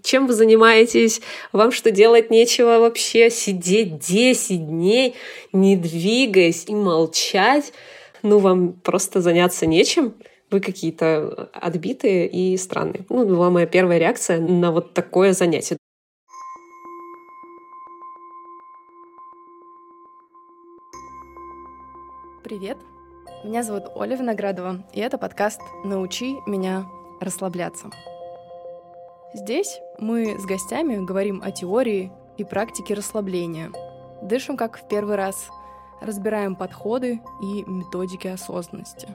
чем вы занимаетесь, вам что делать нечего вообще, сидеть 10 дней, не двигаясь и молчать, вам просто заняться нечем, вы какие-то отбитые и странные. Была моя первая реакция на вот такое занятие. Привет, меня зовут Оля Виноградова, и это подкаст «Научи меня расслабляться». Здесь мы с гостями говорим о теории и практике расслабления, дышим как в первый раз, разбираем подходы и методики осознанности.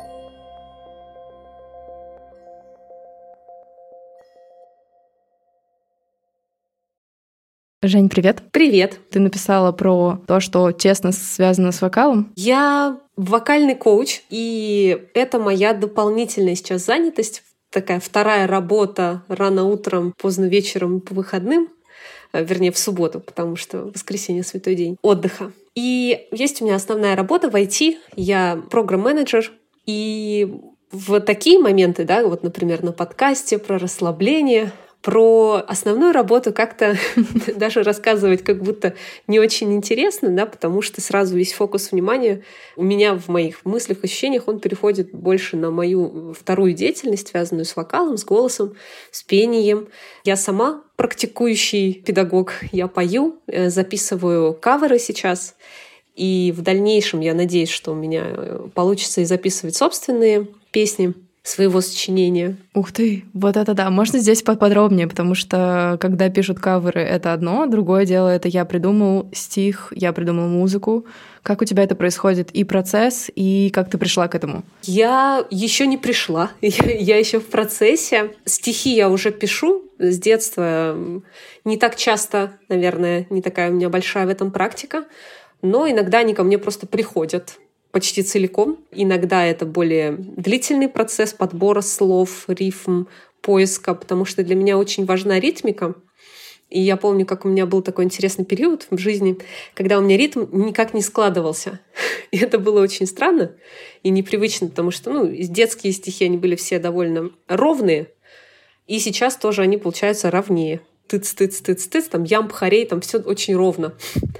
Жень, привет. Привет. Ты написала про то, что тесно связано с вокалом. Я вокальный коуч, и это моя дополнительная сейчас занятость. Такая вторая работа рано утром, поздно вечером по выходным, вернее, в субботу, потому что воскресенье — святой день отдыха. И есть у меня основная работа в IT. Я программ-менеджер, и в такие моменты, вот, например, на подкасте про расслабление, про основную работу как-то даже рассказывать как будто не очень интересно, потому что сразу весь фокус внимания у меня в моих мыслях, ощущениях, он переходит больше на мою вторую деятельность, связанную с вокалом, с голосом, с пением. Я сама практикующий педагог, я пою, записываю каверы сейчас, и в дальнейшем я надеюсь, что у меня получится и записывать собственные песни своего сочинения. Ух ты, вот это да. Можно здесь поподробнее, потому что когда пишут каверы, это одно, другое дело — это я придумал стих, я придумал музыку. Как у тебя это происходит? И процесс, и как ты пришла к этому? Я еще не пришла, я еще в процессе. Стихи я уже пишу с детства. Не так часто, наверное, не такая у меня большая в этом практика, но иногда они ко мне просто приходят почти целиком. Иногда это более длительный процесс подбора слов, рифм, поиска, потому что для меня очень важна ритмика. И я помню, как у меня был такой интересный период в жизни, когда у меня ритм никак не складывался. И это было очень странно и непривычно, потому что детские стихи, они были все довольно ровные, и сейчас тоже они получаются ровнее. Тыц-тыц-тыц-тыц, там ям-пхарей, там все очень ровно.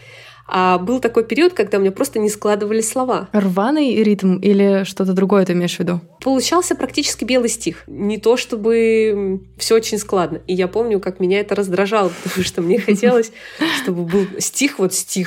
А был такой период, когда у меня просто не складывались слова. Рваный ритм или что-то другое ты имеешь в виду? Получался практически белый стих. Не то чтобы все очень складно. И я помню, как меня это раздражало, потому что мне хотелось, чтобы был стих,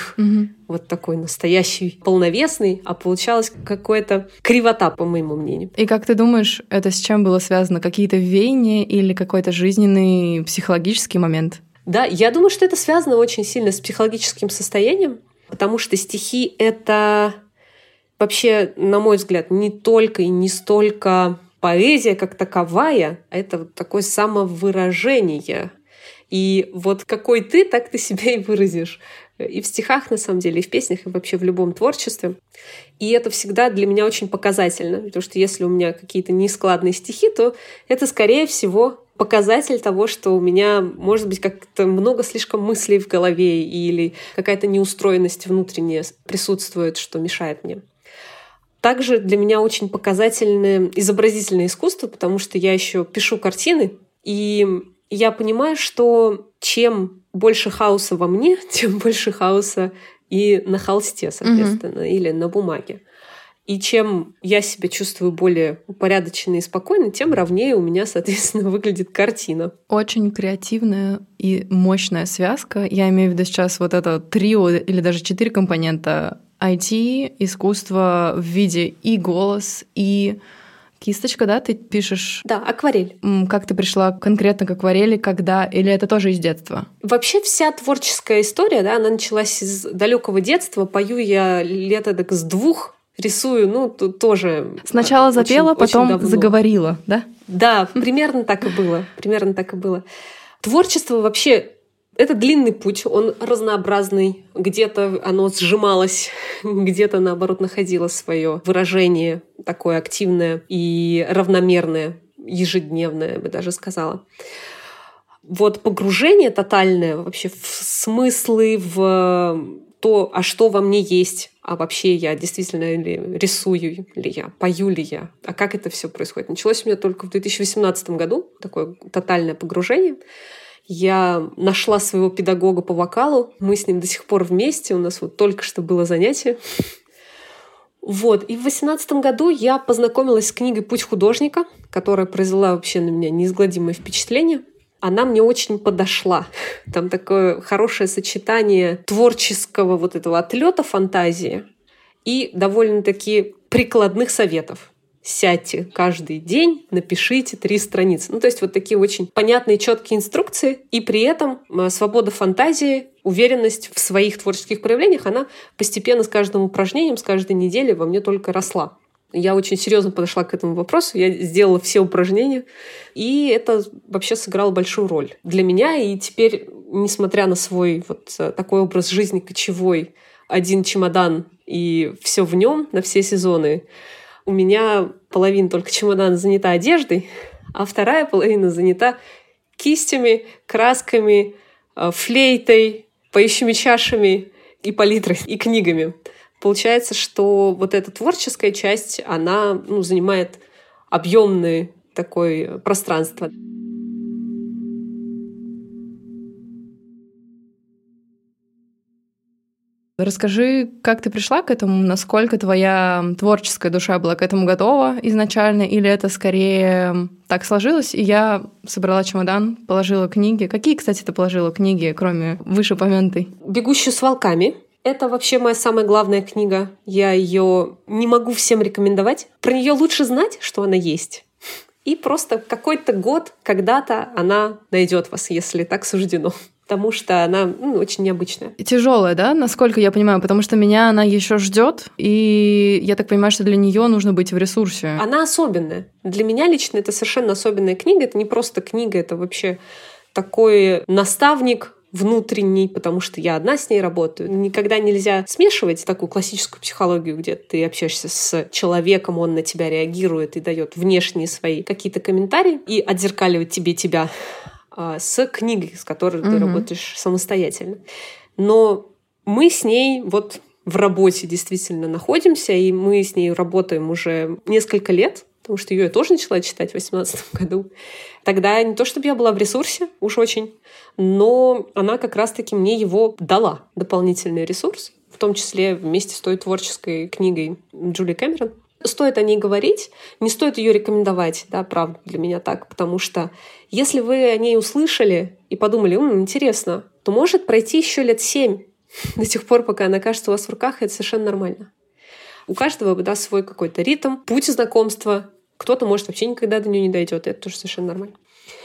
вот такой настоящий, полновесный, а получалась какая-то кривота, по моему мнению. И как ты думаешь, это с чем было связано? Какие-то веяния или какой-то жизненный психологический момент? Да, я думаю, что это связано очень сильно с психологическим состоянием, потому что стихи — это вообще, на мой взгляд, не только и не столько поэзия как таковая, а это вот такое самовыражение. И вот какой ты, так ты себя и выразишь. И в стихах, на самом деле, и в песнях, и вообще в любом творчестве. И это всегда для меня очень показательно, потому что если у меня какие-то нескладные стихи, то это, скорее всего, показатель того, что у меня, может быть, как-то много слишком мыслей в голове или какая-то неустроенность внутренняя присутствует, что мешает мне. Также для меня очень показательное изобразительное искусство, потому что я еще пишу картины, и я понимаю, что чем больше хаоса во мне, тем больше хаоса и на холсте, соответственно, или на бумаге. И чем я себя чувствую более упорядоченной и спокойной, тем ровнее у меня, соответственно, выглядит картина. Очень креативная и мощная связка. Я имею в виду сейчас вот это трио или даже 4 компонента: IT, искусство в виде и голос, и кисточка, да, ты пишешь? Да, акварель. Как ты пришла конкретно к акварели, когда, или это тоже из детства? Вообще вся творческая история, она началась из далекого детства. Пою я лет эдак с 2, рисую, тут тоже. Сначала запела, потом давно заговорила, да? Да, примерно так и было. Творчество вообще — это длинный путь, он разнообразный. Где-то оно сжималось, где-то, наоборот, находило свое выражение такое активное и равномерное, ежедневное, я бы даже сказала. Вот погружение тотальное вообще в смыслы, в то, а что во мне есть, а вообще я действительно ли рисую ли я, пою ли я, а как это все происходит. Началось у меня только в 2018 году, такое тотальное погружение. Я нашла своего педагога по вокалу. Мы с ним до сих пор вместе. У нас вот только что было занятие. Вот. И в 2018 году я познакомилась с книгой «Путь художника», которая произвела вообще на меня неизгладимое впечатление. Она мне очень подошла. Там такое хорошее сочетание творческого вот этого отлета фантазии и довольно-таки прикладных советов. Сядьте каждый день, напишите 3 страницы. Ну, то есть вот такие очень понятные, четкие инструкции. И при этом свобода фантазии, уверенность в своих творческих проявлениях, она постепенно с каждым упражнением, с каждой неделей во мне только росла. Я очень серьезно подошла к этому вопросу. Я сделала все упражнения. И это вообще сыграло большую роль для меня. И теперь, несмотря на свой вот такой образ жизни кочевой, 1 чемодан и все в нем на все сезоны, у меня половина только чемодана занята одеждой, а вторая половина занята кистями, красками, флейтой, поющими чашами и палитрой, и книгами. Получается, что вот эта творческая часть, она занимает объемное такое пространство. Расскажи, как ты пришла к этому, насколько твоя творческая душа была к этому готова изначально, или это скорее так сложилось, и я собрала чемодан, положила книги. Какие, кстати, ты положила книги, кроме вышеупомянутой? «Бегущую с волками». Это вообще моя самая главная книга. Я ее не могу всем рекомендовать. Про нее лучше знать, что она есть. И просто какой-то год, когда-то она найдет вас, если так суждено. Потому что она очень необычная. Тяжелая, да, насколько я понимаю, потому что меня она еще ждет, и я так понимаю, что для нее нужно быть в ресурсе. Она особенная. Для меня лично это совершенно особенная книга. Это не просто книга, это вообще такой наставник внутренний, потому что я одна с ней работаю. Никогда нельзя смешивать такую классическую психологию, где ты общаешься с человеком, он на тебя реагирует и дает внешние свои какие-то комментарии и отзеркаливает тебе тебя, с книгой, с которой ты работаешь самостоятельно. Но мы с ней вот в работе действительно находимся, и мы с ней работаем уже несколько лет, потому что ее я тоже начала читать в 2018 году. Тогда не то чтобы я была в ресурсе, уж очень, но она как раз-таки мне его дала, дополнительный ресурс, в том числе вместе с той творческой книгой Джулии Кэмерон. Стоит о ней говорить, не стоит ее рекомендовать, да, правда, для меня так, потому что если вы о ней услышали и подумали, интересно, то может пройти еще лет 7 до тех пор, пока она окажется у вас в руках, и это совершенно нормально. У каждого, да, свой какой-то ритм, путь знакомства. Кто-то, может, вообще никогда до нее не дойдет, и это тоже совершенно нормально.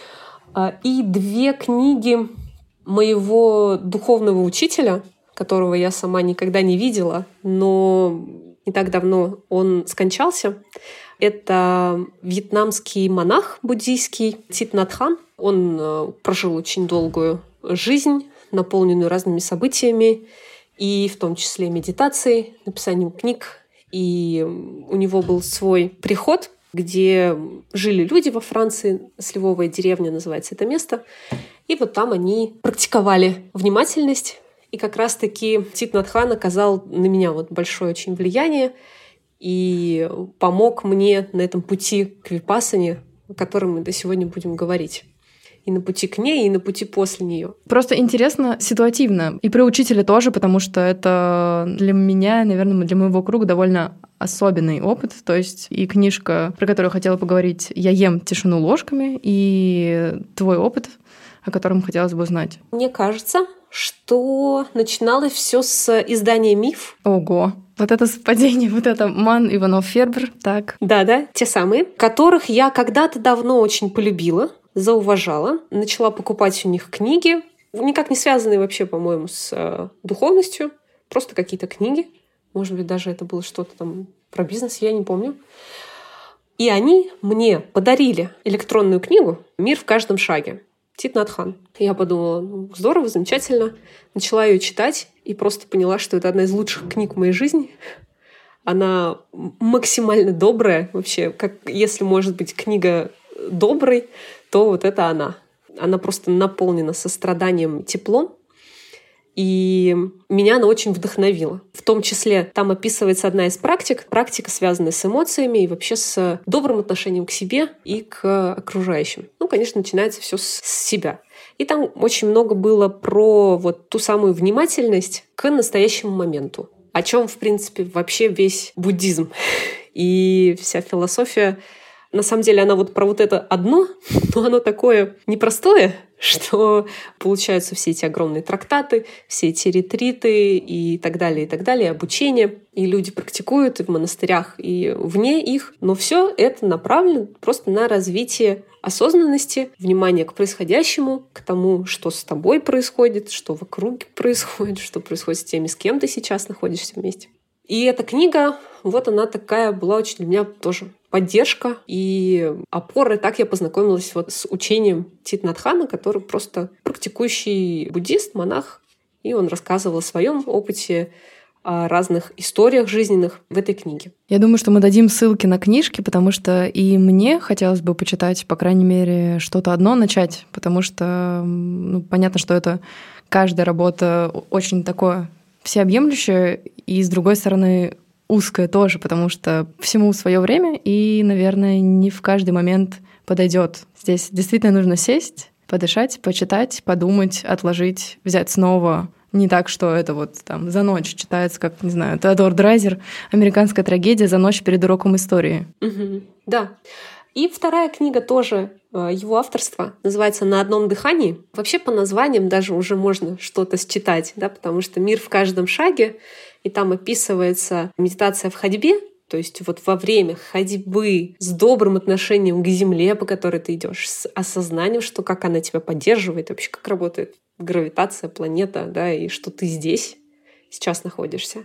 И 2 книги моего духовного учителя, которого я сама никогда не видела, но не так давно он скончался. Это вьетнамский монах буддийский Тит Нат Хань. Он прожил очень долгую жизнь, наполненную разными событиями, и в том числе медитацией, написанием книг. И у него был свой приход, где жили люди во Франции, Сливовая деревня называется это место. И вот там они практиковали внимательность. И как раз-таки Тит Нат Хань оказал на меня вот большое очень влияние и помог мне на этом пути к випассане, о котором мы до сегодня будем говорить. И на пути к ней, и на пути после нее. Просто интересно ситуативно. И про учителя тоже, потому что это для меня, наверное, для моего круга довольно особенный опыт. То есть и книжка, про которую хотела поговорить, «Я ем тишину ложками», и твой опыт, о котором хотелось бы узнать. Мне кажется, что начиналось все с издания «Миф». Ого! Вот это совпадение, вот это Ман Иванов Фербер, так. Да, те самые, которых я когда-то давно очень полюбила, зауважала, начала покупать у них книги, никак не связанные вообще, по-моему, с духовностью, просто какие-то книги. Может быть, даже это было что-то там про бизнес, я не помню. И они мне подарили электронную книгу «Мир в каждом шаге». Тит Нат Хань. Я подумала, здорово, замечательно. Начала ее читать и просто поняла, что это одна из лучших книг в моей жизни. Она максимально добрая. Вообще, как если может быть книга доброй, то вот это она. Она просто наполнена состраданием, теплом. И меня она очень вдохновила. В том числе там описывается одна из практик. Практика, связанная с эмоциями и вообще с добрым отношением к себе и к окружающим. Конечно, начинается все с себя. И там очень много было про вот ту самую внимательность к настоящему моменту, о чем, в принципе, вообще весь буддизм и вся философия. На самом деле она вот про вот это одно, но оно такое непростое, что получаются все эти огромные трактаты, все эти ретриты и так далее, обучение. И люди практикуют и в монастырях, и вне их. Но все это направлено просто на развитие осознанности, внимания к происходящему, к тому, что с тобой происходит, что вокруг происходит, что происходит с теми, с кем ты сейчас находишься вместе. И эта книга, вот она такая была очень для меня тоже поддержка и опора. И так я познакомилась вот с учением Тит Нат Хана, который просто практикующий буддист, монах. И он рассказывал о своем опыте, о разных историях жизненных в этой книге. Я думаю, что мы дадим ссылки на книжки, потому что и мне хотелось бы почитать, по крайней мере, что-то одно начать, потому что понятно, что это каждая работа очень такое всеобъемлющее, и, с другой стороны, узкое тоже, потому что всему свое время, и, наверное, не в каждый момент подойдет. Здесь действительно нужно сесть, подышать, почитать, подумать, отложить, взять снова. Не так, что это вот там за ночь читается, как, не знаю, Теодор Драйзер, «Американская трагедия за ночь перед уроком истории». Да. И вторая книга тоже его авторства, называется «На одном дыхании». Вообще по названиям даже уже можно что-то считать, да, потому что «Мир в каждом шаге», и там описывается медитация в ходьбе, то есть вот во время ходьбы с добрым отношением к земле, по которой ты идешь, с осознанием, что как она тебя поддерживает, вообще как работает гравитация, планета, да, и что ты здесь сейчас находишься.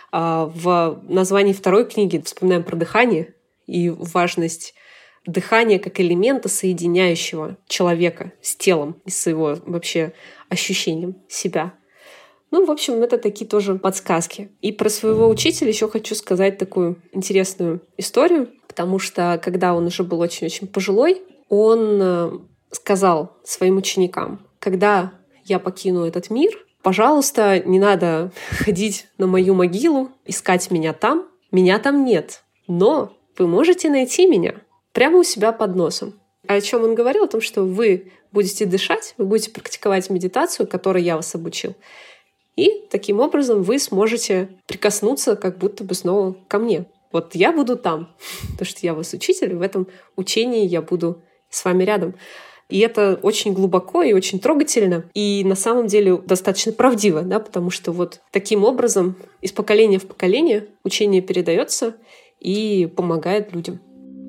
В названии второй книги вспоминаем про дыхание и важность дыхания как элемента, соединяющего человека с телом и с его вообще ощущением себя. В общем, это такие тоже подсказки. И про своего учителя еще хочу сказать такую интересную историю, потому что, когда он уже был очень-очень пожилой, он сказал своим ученикам: когда я покину этот мир, пожалуйста, не надо ходить на мою могилу, искать меня там нет. Но вы можете найти меня прямо у себя под носом. О чем он говорил? О том, что вы будете дышать, вы будете практиковать медитацию, которой я вас обучил. И таким образом вы сможете прикоснуться как будто бы снова ко мне. Вот я буду там, потому что я вас учитель, и в этом учении я буду с вами рядом. И это очень глубоко и очень трогательно, и на самом деле достаточно правдиво, да, потому что вот таким образом из поколения в поколение учение передается и помогает людям.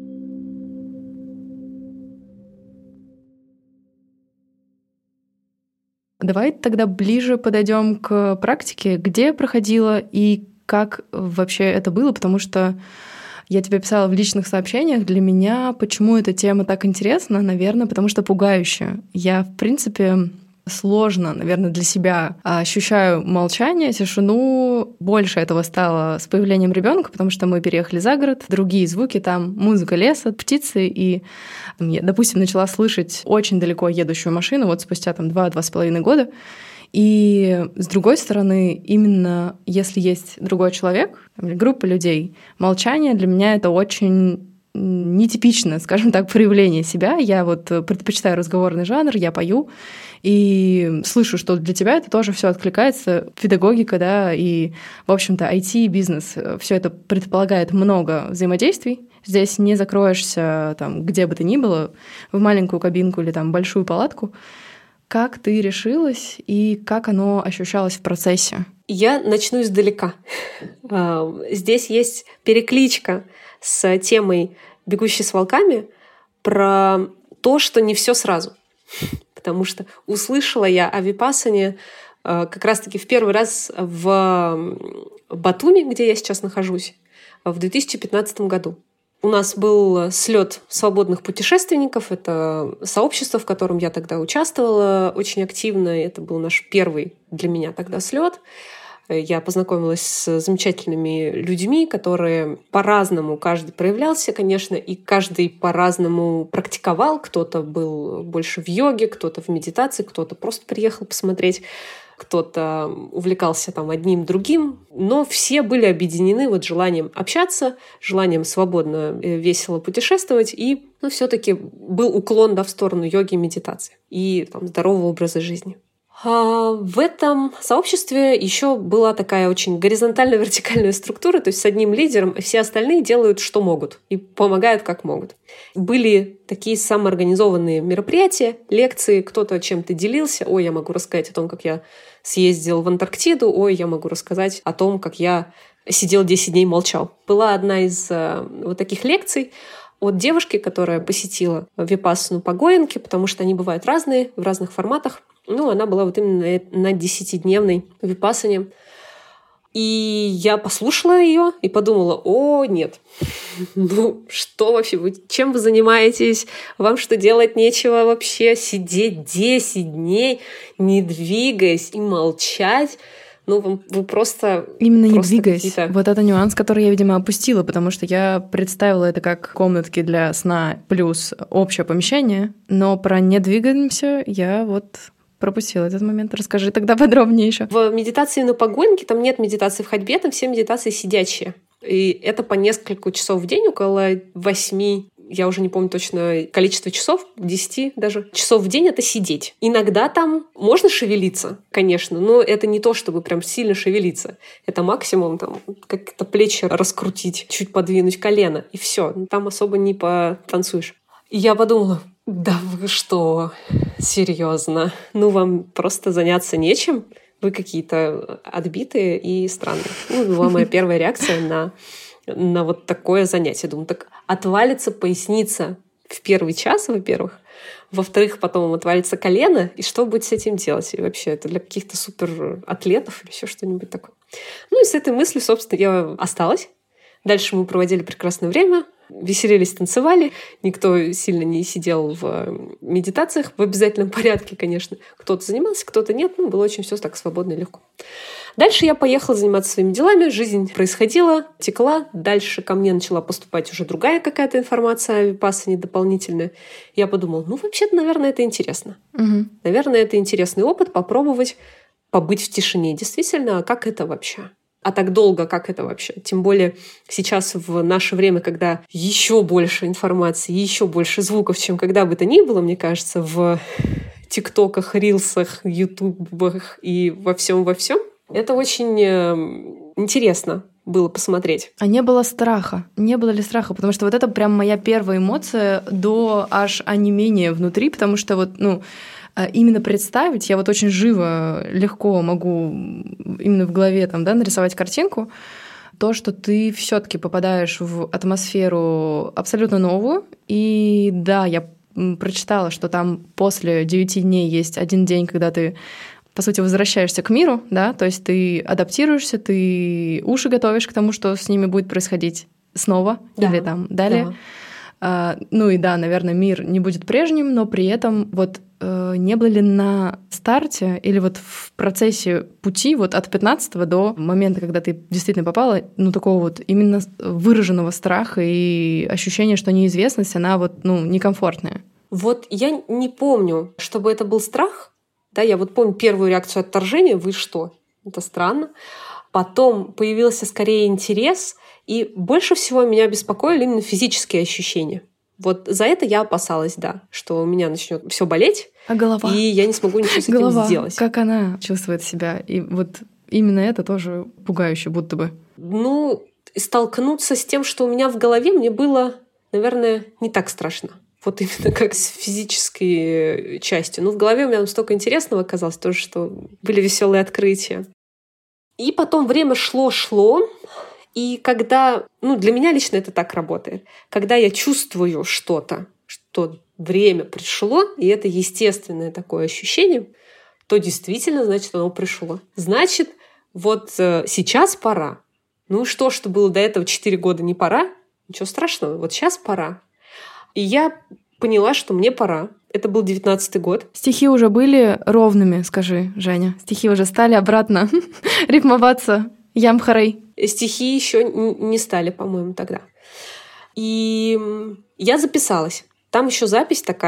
Давай тогда ближе подойдем к практике, где проходила и как вообще это было, потому что я тебе писала в личных сообщениях, для меня почему эта тема так интересна, наверное, потому что пугающая. Я, в принципе, сложно, наверное, для себя ощущаю молчание, тишину. Больше этого стало с появлением ребенка, потому что мы переехали за город, другие звуки, там музыка леса, птицы, и я, допустим, начала слышать очень далеко едущую машину вот спустя 2-2,5 года. И с другой стороны, именно если есть другой человек, группа людей, молчание для меня — это очень нетипичное, скажем так, проявление себя. Я вот предпочитаю разговорный жанр, я пою, и слышу, что для тебя это тоже все откликается, педагогика, да, и, в общем-то, IT, бизнес, все это предполагает много взаимодействий. Здесь не закроешься там, где бы то ни было, в маленькую кабинку или там большую палатку. Как ты решилась и как оно ощущалось в процессе? Я начну издалека. Здесь есть перекличка с темой «Бегущий с волками» про то, что не все сразу. Потому что услышала я о випассане как раз-таки в первый раз в Батуми, где я сейчас нахожусь, в 2015 году. У нас был слет свободных путешественников. Это сообщество, в котором я тогда участвовала очень активно. Это был наш первый для меня тогда слет. Я познакомилась с замечательными людьми, которые по-разному каждый проявлялся, конечно, и каждый по-разному практиковал. Кто-то был больше в йоге, кто-то в медитации, кто-то просто приехал посмотреть кто-то увлекался там одним другим, но все были объединены вот желанием общаться, желанием свободно, весело путешествовать, и все-таки был уклон в сторону йоги и медитации и там, здорового образа жизни. А в этом сообществе еще была такая очень горизонтально-вертикальная структура, то есть с одним лидером, и все остальные делают, что могут, и помогают, как могут. Были такие самоорганизованные мероприятия, лекции, кто-то чем-то делился. Ой, я могу рассказать о том, как я съездил в Антарктиду, ой, я могу рассказать о том, как я сидел 10 дней молчал. Была одна из вот таких лекций от девушки, которая посетила випассану по Гоенке, потому что они бывают разные, в разных форматах. Она была вот именно на 10-дневной випассане. И я послушала ее и подумала, о, нет, что вообще, чем вы занимаетесь? Вам что, делать нечего вообще? Сидеть 10 дней, не двигаясь и молчать? Вы просто... Именно не просто двигаясь. Какие-то... Вот это нюанс, который я, видимо, опустила, потому что я представила это как комнатки для сна плюс общее помещение, но про «не двигаемся» я пропустила этот момент. Расскажи тогда подробнее еще. В медитации на погонке там нет медитации в ходьбе, там все медитации сидячие. И это по несколько часов в день, около 8, я уже не помню точно количество часов, 10 даже, часов в день это сидеть. Иногда там можно шевелиться, конечно, но это не то, чтобы прям сильно шевелиться. Это максимум там как-то плечи раскрутить, чуть подвинуть колено, и все. Там особо не потанцуешь. И я подумала, да вы что, серьезно? Вам просто заняться нечем? Вы какие-то отбитые и странные. Была моя первая реакция на вот такое занятие. Думаю, так отвалится поясница в первый час, во-первых. Во-вторых, потом отвалится колено. И что будет с этим делать? И вообще, это для каких-то суператлетов или еще что-нибудь такое. И с этой мыслью, собственно, я осталась. Дальше мы проводили прекрасное время, веселились, танцевали. Никто сильно не сидел в медитациях в обязательном порядке, конечно. Кто-то занимался, кто-то нет. Было очень все так свободно и легко. Дальше я поехала заниматься своими делами. Жизнь происходила, текла. Дальше ко мне начала поступать уже другая какая-то информация о випассане дополнительная. Я подумала, вообще-то, наверное, это интересно. Угу. Наверное, это интересный опыт попробовать побыть в тишине. Действительно, а как это вообще? А так долго, как это вообще? Тем более сейчас в наше время, когда еще больше информации, еще больше звуков, чем когда бы то ни было, мне кажется, в ТикТоках, Рилсах, Ютубах и во всем. Это очень интересно было посмотреть. А не было страха? Не было ли страха? Потому что вот это прям моя первая эмоция до аж онемения внутри, потому что именно представить, я очень живо, легко могу именно в голове нарисовать картинку, то, что ты все-таки попадаешь в атмосферу абсолютно новую. И да, я прочитала, что там после 9 дней есть один день, когда ты, по сути, возвращаешься к миру, да, то есть ты адаптируешься, ты уши готовишь к тому, что с ними будет происходить снова, да, или там далее. Да. Наверное, мир не будет прежним, но при этом не было ли на старте или в процессе пути от 15 до момента, когда ты действительно попала, такого именно выраженного страха и ощущения, что неизвестность, она некомфортная? Я не помню, чтобы это был страх. Да, я помню первую реакцию отторжения. Вы что? Это странно. Потом появился скорее интерес, и больше всего меня беспокоили именно физические ощущения. За это я опасалась, да, что у меня начнет все болеть, а голова? И я не смогу ничего с этим сделать. Как она чувствует себя? И именно это тоже пугающе, будто бы. Столкнуться с тем, что у меня в голове, мне было, наверное, не так страшно. Именно как с физической частью. В голове у меня столько интересного оказалось тоже, что были веселые открытия. И потом время шло, и когда, для меня лично это так работает, когда я чувствую что-то, что время пришло, и это естественное такое ощущение, то действительно, значит, оно пришло. Значит, сейчас пора. Что было до этого 4 года не пора, ничего страшного, сейчас пора. И я поняла, что мне пора. Это был 19-й год. Стихи уже были ровными, скажи, Женя? Стихи уже стали обратно рифмоваться ямхарой? Стихи еще не стали, по-моему, тогда. И я записалась. Там еще запись такая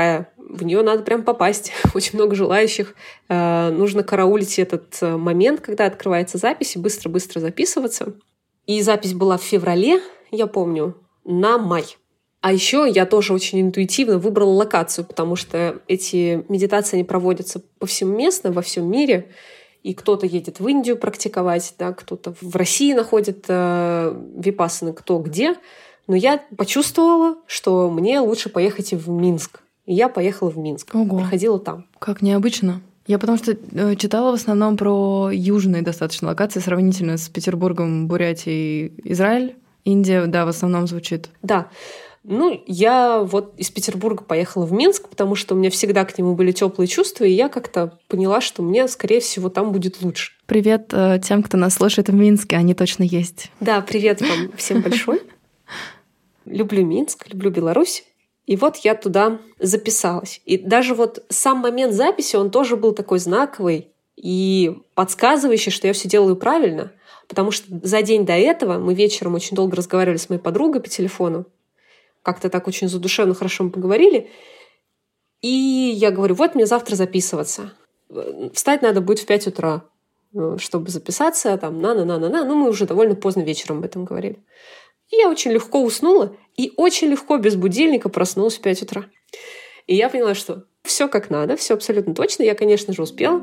в нее надо прям попасть. Очень много желающих. Нужно караулить этот момент, когда открывается запись, и быстро-быстро записываться. И запись была в феврале, я помню, на май. А еще я тоже очень интуитивно выбрала локацию, потому что эти медитации они проводятся повсеместно, во всем мире. И кто-то едет в Индию практиковать, да, кто-то в России находит випассаны, кто где. Но я почувствовала, что мне лучше поехать в Минск. И я поехала в Минск. Ого. Проходила там. Как необычно. Я потому что читала в основном про южные достаточно локации, сравнительно с Петербургом, Бурятией, Израиль. Индия, да, в основном звучит. Да. Я вот из Петербурга поехала в Минск, потому что у меня всегда к нему были теплые чувства, и я как-то поняла, что мне, скорее всего, там будет лучше. Привет тем, кто нас слушает в Минске, они точно есть. Да, привет вам всем большой. Люблю Минск, люблю Беларусь. И вот я туда записалась. И даже вот сам момент записи, он тоже был такой знаковый и подсказывающий, что я все делаю правильно. Потому что за день до этого мы вечером очень долго разговаривали с моей подругой по телефону. Как-то так очень задушевно, хорошо мы поговорили. И я говорю, вот мне завтра записываться. Встать надо будет в 5 утра, чтобы записаться. Там, мы уже довольно поздно вечером об этом говорили. И я очень легко уснула и очень легко без будильника проснулась в 5 утра. И я поняла, что все как надо, все абсолютно точно. Я, конечно же, успела.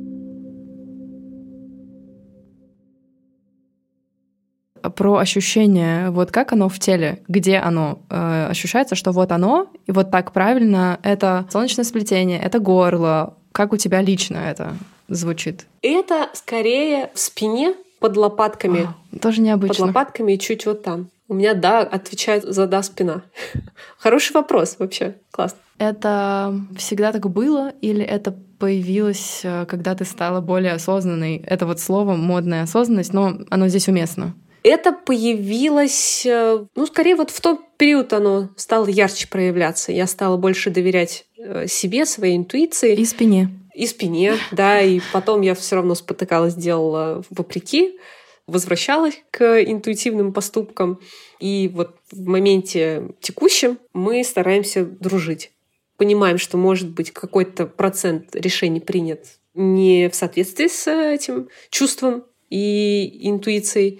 Про ощущение, вот как оно в теле, где оно ощущается, что вот оно, и вот так правильно, это солнечное сплетение, это горло. Как у тебя лично это звучит? Это скорее в спине, под лопатками. Тоже необычно. Под лопатками и чуть вот там. У меня, да, отвечает за «да» спина. Хороший вопрос вообще. Классно. Это всегда так было или это появилось, когда ты стала более осознанной? Это вот слово «модная осознанность», но оно здесь уместно. Это появилось, скорее вот в тот период оно стало ярче проявляться. Я стала больше доверять себе, своей интуиции. И спине. И спине, да. И потом я все равно спотыкалась, делала вопреки, возвращалась к интуитивным поступкам. И вот в моменте текущем мы стараемся дружить. Понимаем, что, может быть, какой-то процент решений принят не в соответствии с этим чувством и интуицией.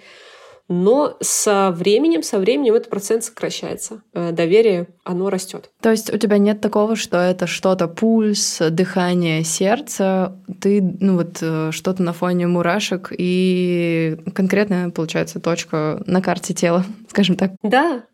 Но со временем этот процент сокращается. Доверие, оно растет. То есть у тебя нет такого, что это что-то пульс, дыхание, сердце, ты что-то на фоне мурашек и конкретная, получается, точка на карте тела, скажем так. Да,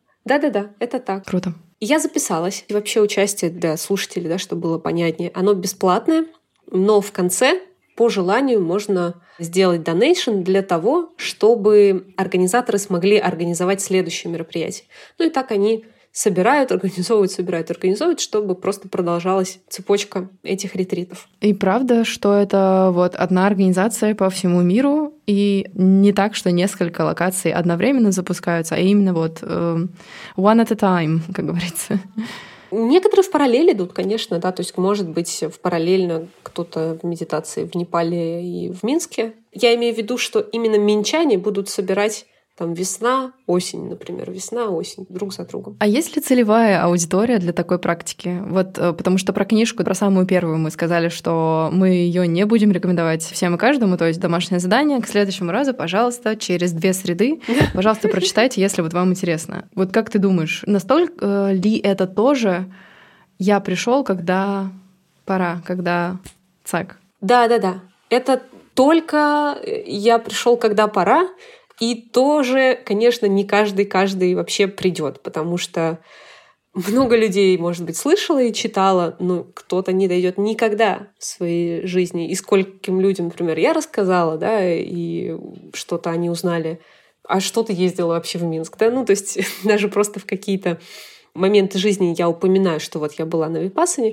это так. Круто. Я записалась. И вообще участие для слушателей, да, чтобы было понятнее, оно бесплатное, но в конце по желанию можно сделать донейшн для того, чтобы организаторы смогли организовать следующее мероприятие. И так они собирают, организовывают, чтобы просто продолжалась цепочка этих ретритов. И правда, что это вот одна организация по всему миру, и не так, что несколько локаций одновременно запускаются, а именно вот one at a time, как говорится. Некоторые в параллель идут, конечно, да, то есть, может быть, в параллельно кто-то в медитации в Непале и в Минске. Я имею в виду, что именно минчане будут собирать там весна, осень, например, весна, осень, друг за другом. А есть ли целевая аудитория для такой практики? Вот потому что про книжку, про самую первую мы сказали, что мы ее не будем рекомендовать всем и каждому, то есть домашнее задание. К следующему разу, пожалуйста, через 2 среды, пожалуйста, прочитайте, если вот вам интересно. Вот как ты думаешь, настолько ли это тоже я пришел, когда пора, когда цак? Да. Это только я пришел, когда пора. И тоже, конечно, не каждый вообще придет, потому что много людей, может быть, слышала и читала, но кто-то не дойдет никогда в своей жизни. И скольким людям, например, я рассказала, да, и что-то они узнали. А что ты ездила вообще в Минск? Да? То есть даже просто в какие-то моменты жизни я упоминаю, что вот я была на випассане,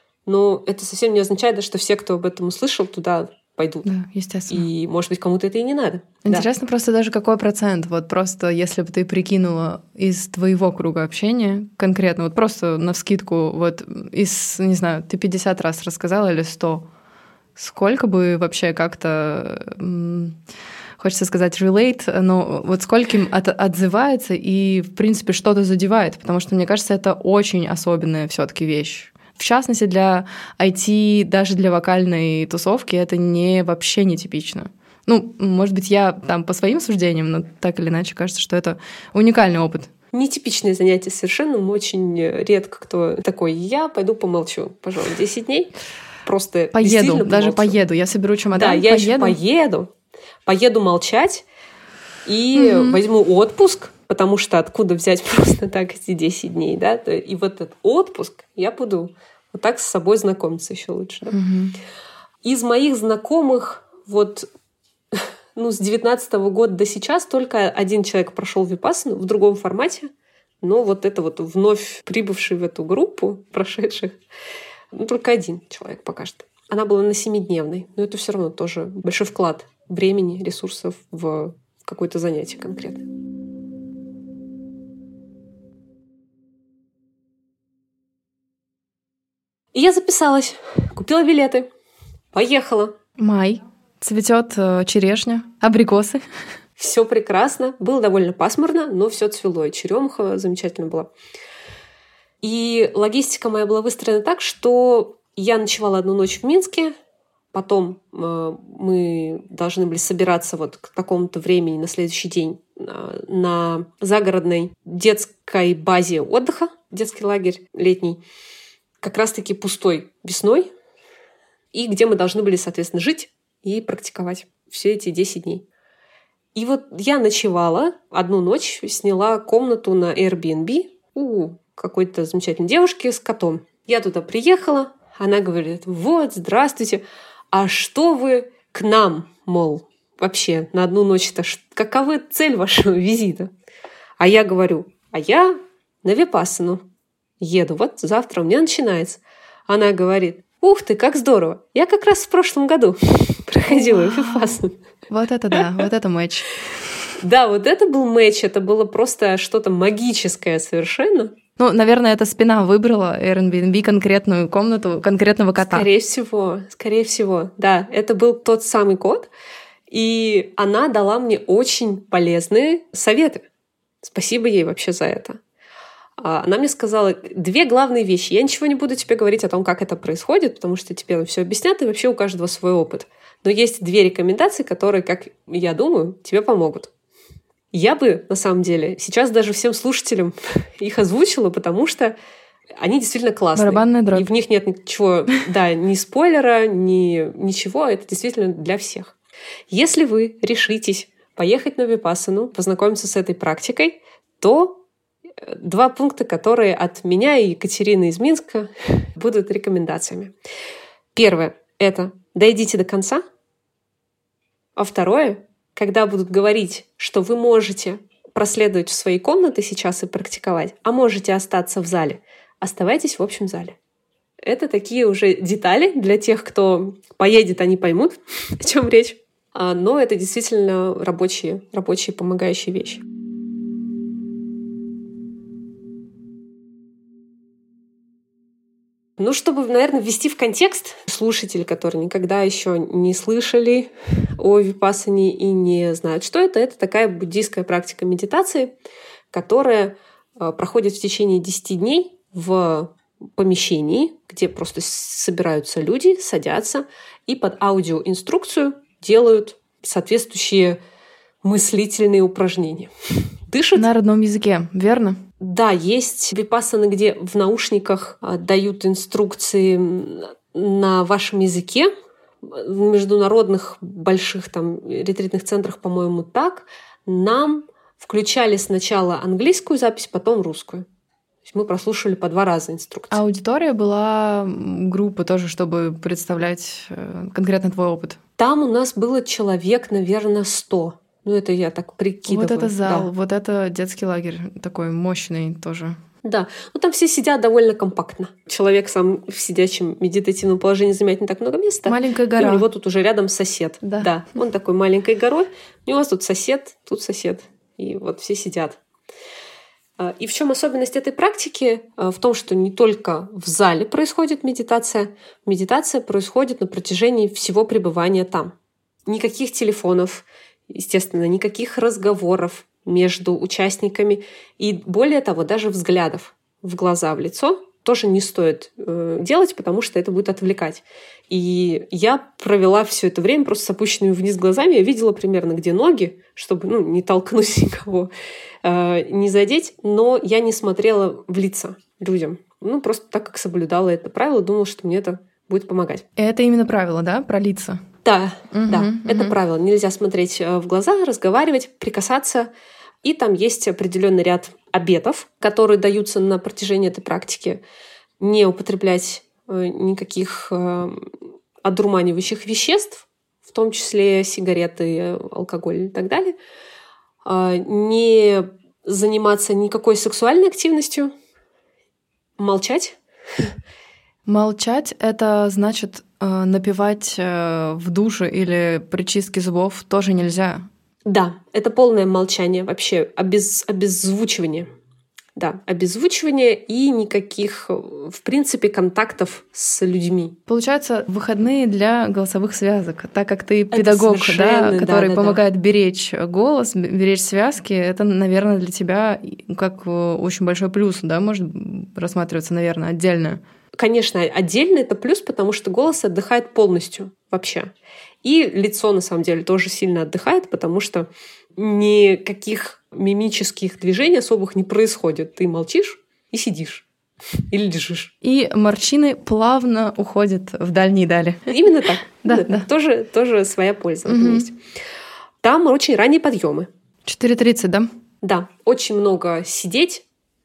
но это совсем не означает, что все, кто об этом услышал, туда пойдут. Да, естественно. И, может быть, кому-то это и не надо. Интересно просто даже какой процент. Вот просто если бы ты прикинула из твоего круга общения конкретно, вот просто навскидку, вот из, не знаю, ты 50 раз рассказала или 100, сколько бы вообще как-то, хочется сказать relate, но вот скольким отзывается и, в принципе, что-то задевает, потому что, мне кажется, это очень особенная все-таки вещь. В частности, для IT, даже для вокальной тусовки это вообще нетипично. Ну, может быть, я там по своим суждениям, но так или иначе кажется, что это уникальный опыт. Нетипичные занятия совершенно. Очень редко кто такой: я пойду помолчу, пожалуй, 10 дней. Просто поеду, даже поеду. Я соберу чемодан, да, я еще поеду молчать и возьму отпуск, потому что откуда взять просто так эти 10 дней, да? И вот этот отпуск я буду вот так с собой знакомиться еще лучше. Да? Из моих знакомых вот с 19-го года до сейчас только один человек прошел випассану в другом формате, но вот это вот вновь прибывший в эту группу прошедших, только один человек пока что. Она была на 7-дневной, но это все равно тоже большой вклад времени, ресурсов в какое-то занятие конкретное. И я записалась, купила билеты, поехала. Май. Цветет черешня, абрикосы. Все прекрасно. Было довольно пасмурно, но все цвело. И черемуха замечательно была. И логистика моя была выстроена так, что я ночевала одну ночь в Минске, потом мы должны были собираться вот к такому-то времени на следующий день на загородной детской базе отдыха, детский лагерь летний, как раз-таки пустой весной, и где мы должны были, соответственно, жить и практиковать все эти 10 дней. И вот я ночевала одну ночь, сняла комнату на Airbnb у какой-то замечательной девушки с котом. Я туда приехала, она говорит: вот, здравствуйте, а что вы к нам, мол, вообще на одну ночь-то? Какова цель вашего визита? А я говорю: а я на випассану еду, вот завтра у меня начинается. Она говорит: ух ты, как здорово! Я как раз в прошлом году проходила випассану. Вот это да, вот это матч. Да, вот это был матч, это было просто что-то магическое совершенно. Ну, наверное, эта спина выбрала Airbnb конкретную комнату конкретного кота. Скорее всего, да. Это был тот самый кот, и она дала мне очень полезные советы. Спасибо ей вообще за это. Она мне сказала 2 главные вещи. Я ничего не буду тебе говорить о том, как это происходит, потому что тебе все объяснят, и вообще у каждого свой опыт. Но есть 2 рекомендации, которые, как я думаю, тебе помогут. Я бы, на самом деле, сейчас даже всем слушателям их озвучила, потому что они действительно классные. Барабанная дробь. И в них нет ничего, да, ни спойлера, ни ничего. Это действительно для всех. Если вы решитесь поехать на випассану, познакомиться с этой практикой, то 2 пункта, которые от меня и Екатерины из Минска будут рекомендациями. Первое — это дойдите до конца. А второе — когда будут говорить, что вы можете проследовать в свои комнаты сейчас и практиковать, а можете остаться в зале, оставайтесь в общем зале. Это такие уже детали для тех, кто поедет, они поймут, о чем речь. Но это действительно рабочие помогающие вещи. Ну, чтобы, наверное, ввести в контекст слушателей, которые никогда еще не слышали о випассане и не знают, что это такая буддийская практика медитации, которая проходит в течение 10 дней в помещении, где просто собираются люди, садятся и под аудиоинструкцию делают соответствующие мыслительные упражнения. Дышат. На родном языке, верно? Да, есть випассаны, где в наушниках дают инструкции на вашем языке. В международных больших там ретритных центрах, по-моему, так. Нам включали сначала английскую запись, потом русскую. То есть мы прослушивали по 2 раза инструкции. А аудитория была группа тоже, чтобы представлять конкретно твой опыт? Там у нас было человек, наверное, 100. Ну, это я так прикидываю. Вот это зал, да. Вот это детский лагерь такой мощный тоже. Да, ну там все сидят довольно компактно. Человек сам в сидячем медитативном положении занимает не так много места. Маленькая гора. И у него тут уже рядом сосед. Да, он такой маленькой горой. У него тут сосед. И вот все сидят. И в чем особенность этой практики? В том, что не только в зале происходит медитация. Медитация происходит на протяжении всего пребывания там. Никаких телефонов, естественно, никаких разговоров между участниками и, более того, даже взглядов в глаза, в лицо тоже не стоит делать, потому что это будет отвлекать. И я провела все это время просто с опущенными вниз глазами. Я видела примерно, где ноги, чтобы не толкнуть никого, не задеть. Но я не смотрела в лица людям. Просто так как соблюдала это правило, думала, что мне это будет помогать. Это именно правило, да, про лица? Да, это правило. Нельзя смотреть в глаза, разговаривать, прикасаться. И там есть определенный ряд обетов, которые даются на протяжении этой практики. Не употреблять никаких одурманивающих веществ, в том числе сигареты, алкоголь и так далее. Не заниматься никакой сексуальной активностью. Молчать. Молчать — это значит напевать в душе или при чистке зубов тоже нельзя? Да, это полное молчание вообще, обеззвучивание. Да, обеззвучивание и никаких, в принципе, контактов с людьми. Получается, выходные для голосовых связок. Так как ты педагог, который помогает беречь голос, беречь связки, это, наверное, для тебя как очень большой плюс, да, может рассматриваться, наверное, отдельно. Конечно, отдельно это плюс, потому что голос отдыхает полностью вообще. И лицо, на самом деле, тоже сильно отдыхает, потому что никаких мимических движений особых не происходит. Ты молчишь и сидишь. Или лежишь. И морщины плавно уходят в дальние дали. Именно так. Да. Тоже своя польза в этом есть. Там очень ранние подъемы. 4:30, да? Да. Очень много сидеть.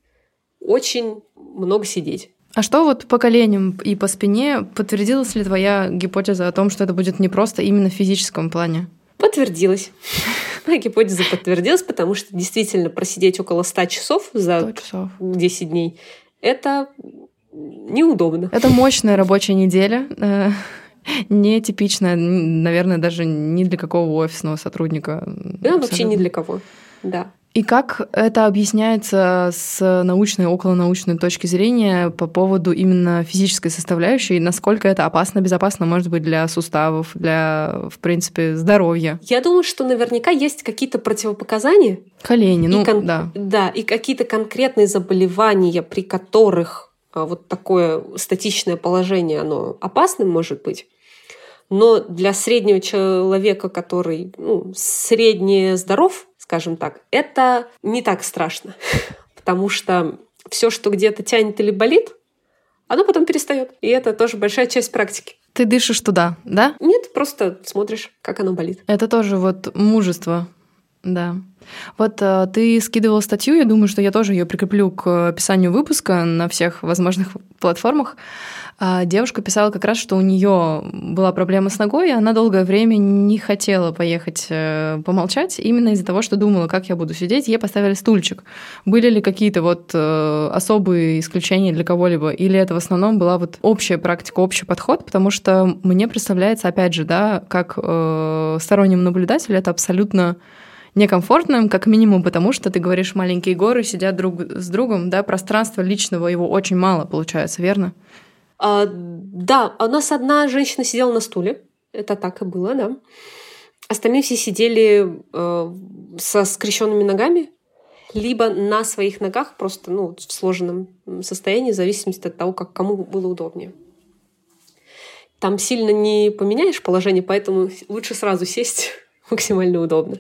Очень много сидеть. А что вот по коленям и по спине, подтвердилась ли твоя гипотеза о том, что это будет не просто именно в физическом плане? Подтвердилась. Моя гипотеза подтвердилась, потому что действительно просидеть около 100 часов за 10 дней — это неудобно. Это мощная рабочая неделя, нетипичная, наверное, даже ни для какого офисного сотрудника. Да, вообще ни для кого, да. И как это объясняется с научной и околонаучной точки зрения по поводу именно физической составляющей? Насколько это опасно, безопасно, может быть, для суставов, для, в принципе, здоровья? Я думаю, что наверняка есть какие-то противопоказания. Колени, да. Да, и какие-то конкретные заболевания, при которых вот такое статичное положение, оно опасным может быть. Но для среднего человека, который средне здоров, скажем так, это не так страшно, потому что все, что где-то тянет или болит, оно потом перестает. И это тоже большая часть практики. Ты дышишь туда, да? Нет, просто смотришь, как оно болит. Это тоже вот мужество, да. Вот ты скидывала статью, я думаю, что я тоже ее прикреплю к описанию выпуска на всех возможных платформах. Девушка писала как раз, что у нее была проблема с ногой, и она долгое время не хотела поехать помолчать, именно из-за того, что думала, как я буду сидеть, ей поставили стульчик. Были ли какие-то вот особые исключения для кого-либо, или это в основном была вот общая практика, общий подход, потому что мне представляется, опять же, да, как стороннему наблюдателю это абсолютно некомфортным, как минимум, потому что ты говоришь, маленькие горы сидят друг с другом, да, пространства личного его очень мало получается, верно? Да, у нас одна женщина сидела на стуле, это так и было, да. Остальные все сидели со скрещенными ногами, либо на своих ногах, просто в сложенном состоянии, в зависимости от того, как кому было удобнее. Там сильно не поменяешь положение, поэтому лучше сразу сесть максимально удобно.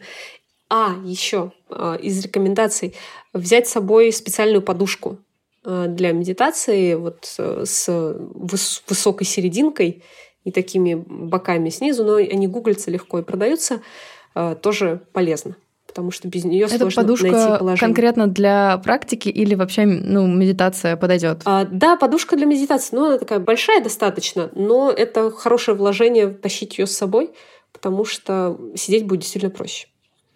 Еще из рекомендаций взять с собой специальную подушку для медитации вот с высокой серединкой и такими боками снизу, но они гуглятся легко и продаются, тоже полезно, потому что без нее сложно найти положение. Это подушка конкретно для практики или вообще медитация подойдет? Да, подушка для медитации, она такая большая достаточно, но это хорошее вложение тащить ее с собой, потому что сидеть будет действительно проще.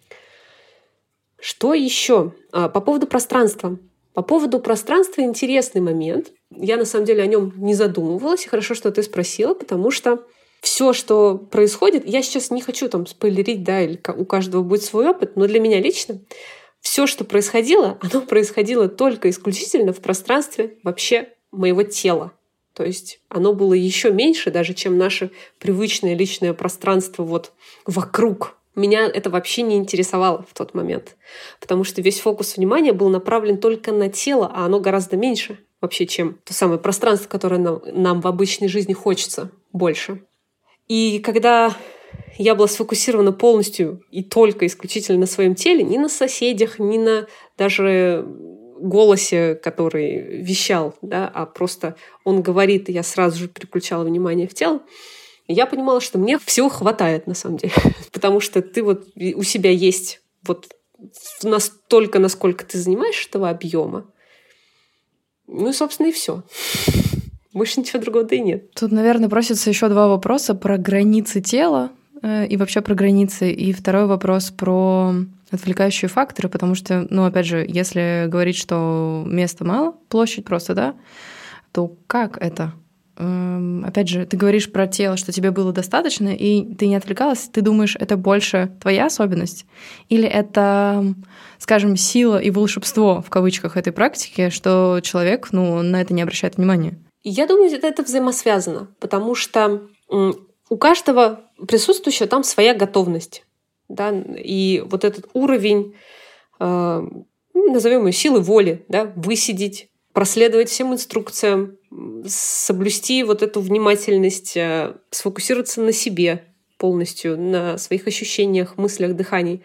Что еще? По поводу пространства. По поводу пространства интересный момент. Я на самом деле о нем не задумывалась, и хорошо, что ты спросила, потому что все, что происходит, я сейчас не хочу спойлерить, да, или у каждого будет свой опыт, но для меня лично все, что происходило, оно происходило только исключительно в пространстве вообще моего тела. То есть оно было еще меньше даже, чем наше привычное личное пространство вот вокруг. Меня это вообще не интересовало в тот момент, потому что весь фокус внимания был направлен только на тело, а оно гораздо меньше, вообще, чем то самое пространство, которое нам в обычной жизни хочется больше. И когда я была сфокусирована полностью и только исключительно на своем теле, ни на соседях, ни на даже голосе, который вещал, да, а просто он говорит, и я сразу же переключала внимание в тело, и я понимала, что мне всего хватает на самом деле. Потому что ты вот у себя есть вот настолько, насколько ты занимаешь этого объема. Ну и, собственно, и все. Больше ничего другого-то и нет. Тут, наверное, просится еще 2 вопроса про границы тела и вообще про границы. И второй вопрос про отвлекающие факторы, потому что, ну, опять же, если говорить, что места мало, площадь просто, да, то как это? Опять же, ты говоришь про тело, что тебе было достаточно, и ты не отвлекалась, ты думаешь, это больше твоя особенность? Или это, скажем, сила и волшебство, в кавычках, этой практики, что человек, ну, на это не обращает внимания? Я думаю, это взаимосвязано, потому что у каждого присутствующего там своя готовность. Да? И вот этот уровень, назовем ее силы воли, да? Высидеть, проследовать всем инструкциям, соблюсти вот эту внимательность, сфокусироваться на себе полностью, на своих ощущениях, мыслях, дыхании.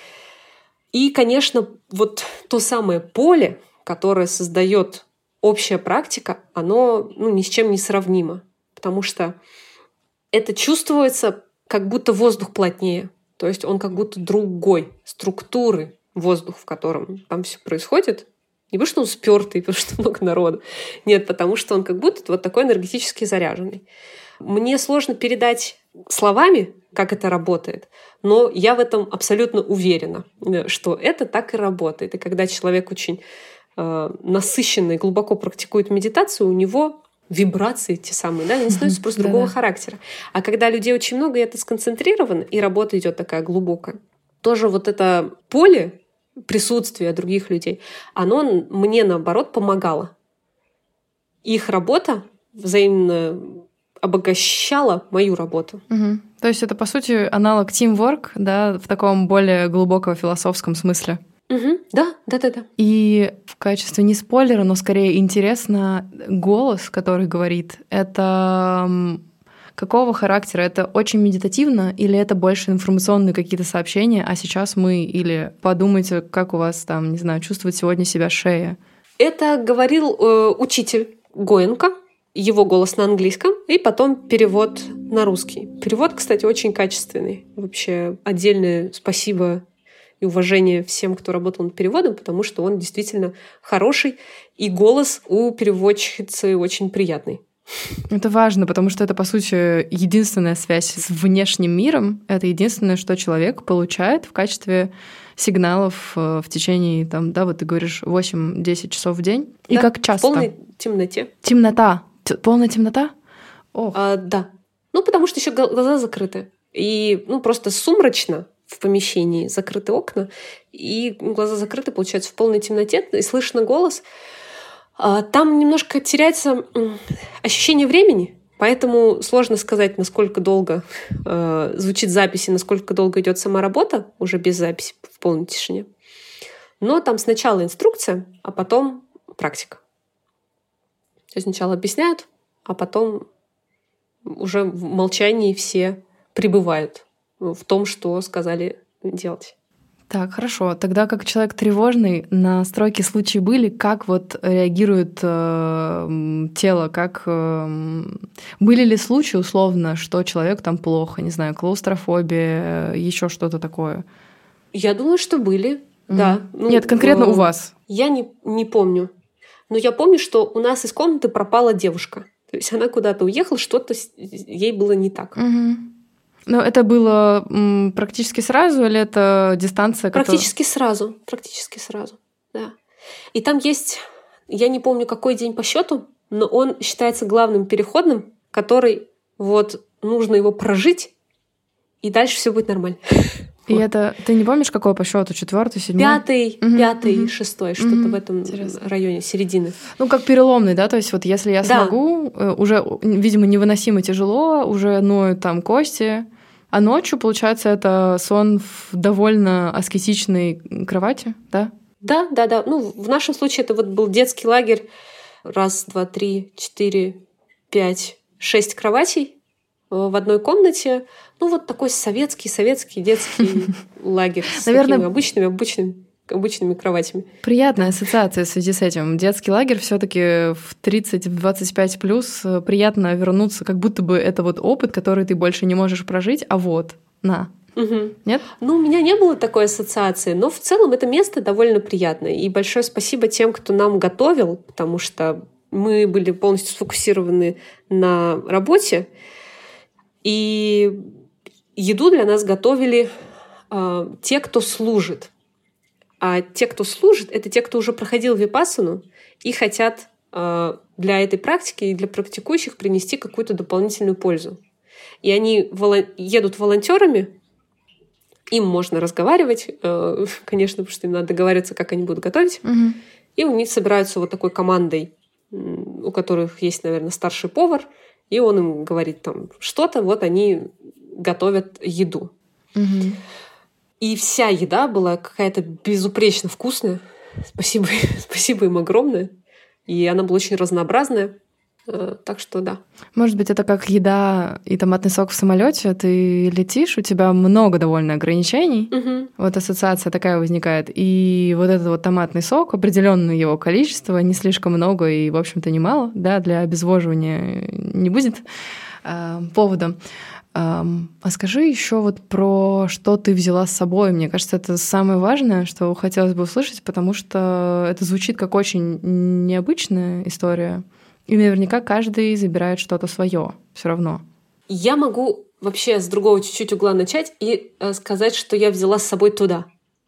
И, конечно, вот то самое поле, которое создает общая практика, оно ни с чем не сравнимо, потому что это чувствуется, как будто воздух плотнее, то есть он как будто другой структуры воздух, в котором там все происходит. Не потому что он спёртый, потому что много народу. Нет, потому что он как будто вот такой энергетически заряженный. Мне сложно передать словами, как это работает, но я в этом абсолютно уверена, что это так и работает. И когда человек очень насыщенно и глубоко практикует медитацию, у него вибрации те самые, да, они становятся просто другого характера. А когда людей очень много, и это сконцентрировано, и работа идет такая глубокая, тоже вот это поле присутствия других людей, оно мне, наоборот, помогало. Их работа взаимно обогащала мою работу. Угу. То есть это, по сути, аналог teamwork, да, в таком более глубоком философском смысле. Угу. Да. И в качестве не спойлера, но скорее интересно, голос, который говорит, это какого характера? Это очень медитативно или это больше информационные какие-то сообщения, а сейчас мы, или подумайте, как у вас там, не знаю, чувствует сегодня себя шея? Это говорил учитель Гоенко, его голос на английском, и потом перевод на русский. Перевод, кстати, очень качественный. Вообще отдельное спасибо и уважение всем, кто работал над переводом, потому что он действительно хороший, и голос у переводчицы очень приятный. Это важно, потому что это, по сути, единственная связь с внешним миром. Это единственное, что человек получает в качестве сигналов в течение, там, да, вот ты говоришь, 8-10 часов в день. Да, и как часто? В полной темноте. Темнота. Полная темнота? Да. Потому что еще глаза закрыты. И просто сумрачно в помещении, закрыты окна, и глаза закрыты, получается, в полной темноте, и слышно голос. Там немножко теряется ощущение времени, поэтому сложно сказать, насколько долго звучит запись и насколько долго идет сама работа, уже без записи, в полной тишине. Но там сначала инструкция, а потом практика. То есть сначала объясняют, а потом уже в молчании все пребывают в том, что сказали делать. Так, хорошо. Тогда как человек тревожный, на стройке случаи были, как вот реагирует тело, как были ли случаи условно, что человек там плохо, не знаю, клаустрофобия, еще что-то такое? Я думаю, что были, да. Нет, конкретно у вас. Я не помню. Но я помню, что у нас из комнаты пропала девушка. То есть она куда-то уехала, что-то ей было не так. Угу. Но это было практически сразу или это дистанция? Практически сразу, да. И там есть, я не помню, какой день по счету, но он считается главным переходным, который вот нужно его прожить, и дальше все будет нормально. И это ты не помнишь, какой по счету? 4-й, 7-й? 5-й, 6-й, что-то в этом районе, середины. Как переломный, да? То есть вот если я смогу, уже, видимо, невыносимо тяжело, уже ноют там кости, а ночью, получается, это сон в довольно аскетичной кровати, да? Да. В нашем случае это вот был детский лагерь раз, два, три, четыре, 5, 6 кроватей в одной комнате. Ну, вот такой советский детский лагерь с такими обычными кроватями. Приятная ассоциация в связи с этим. Детский лагерь все-таки в 30-25 плюс приятно вернуться, как будто бы это вот опыт, который ты больше не можешь прожить, а вот, на. Угу. Нет? Ну, у меня не было такой ассоциации, но в целом это место довольно приятное. И большое спасибо тем, кто нам готовил, потому что мы были полностью сфокусированы на работе, и еду для нас готовили те, кто служит. А те, кто служит, это те, кто уже проходил випассану и хотят для этой практики и для практикующих принести какую-то дополнительную пользу. И они едут волонтерами, им можно разговаривать, конечно, потому что им надо договариваться, как они будут готовить. Угу. И у них собираются вот такой командой, у которых есть, наверное, старший повар, и он им говорит там что-то, вот они готовят еду. Угу. И вся еда была какая-то безупречно вкусная. Спасибо им огромное. И она была очень разнообразная. Так что да. Может быть, это как еда и томатный сок в самолете. Ты летишь, у тебя много довольно ограничений. Угу. Вот ассоциация такая возникает. И вот этот вот томатный сок, определенное его количество, не слишком много и, в общем-то, немало, да, для обезвоживания не будет поводом. А скажи еще вот про что ты взяла с собой. Мне кажется, это самое важное, что хотелось бы услышать, потому что это звучит как очень необычная история. И наверняка каждый забирает что-то свое все равно. Я могу вообще с другого чуть-чуть угла начать и сказать, что я взяла с собой туда.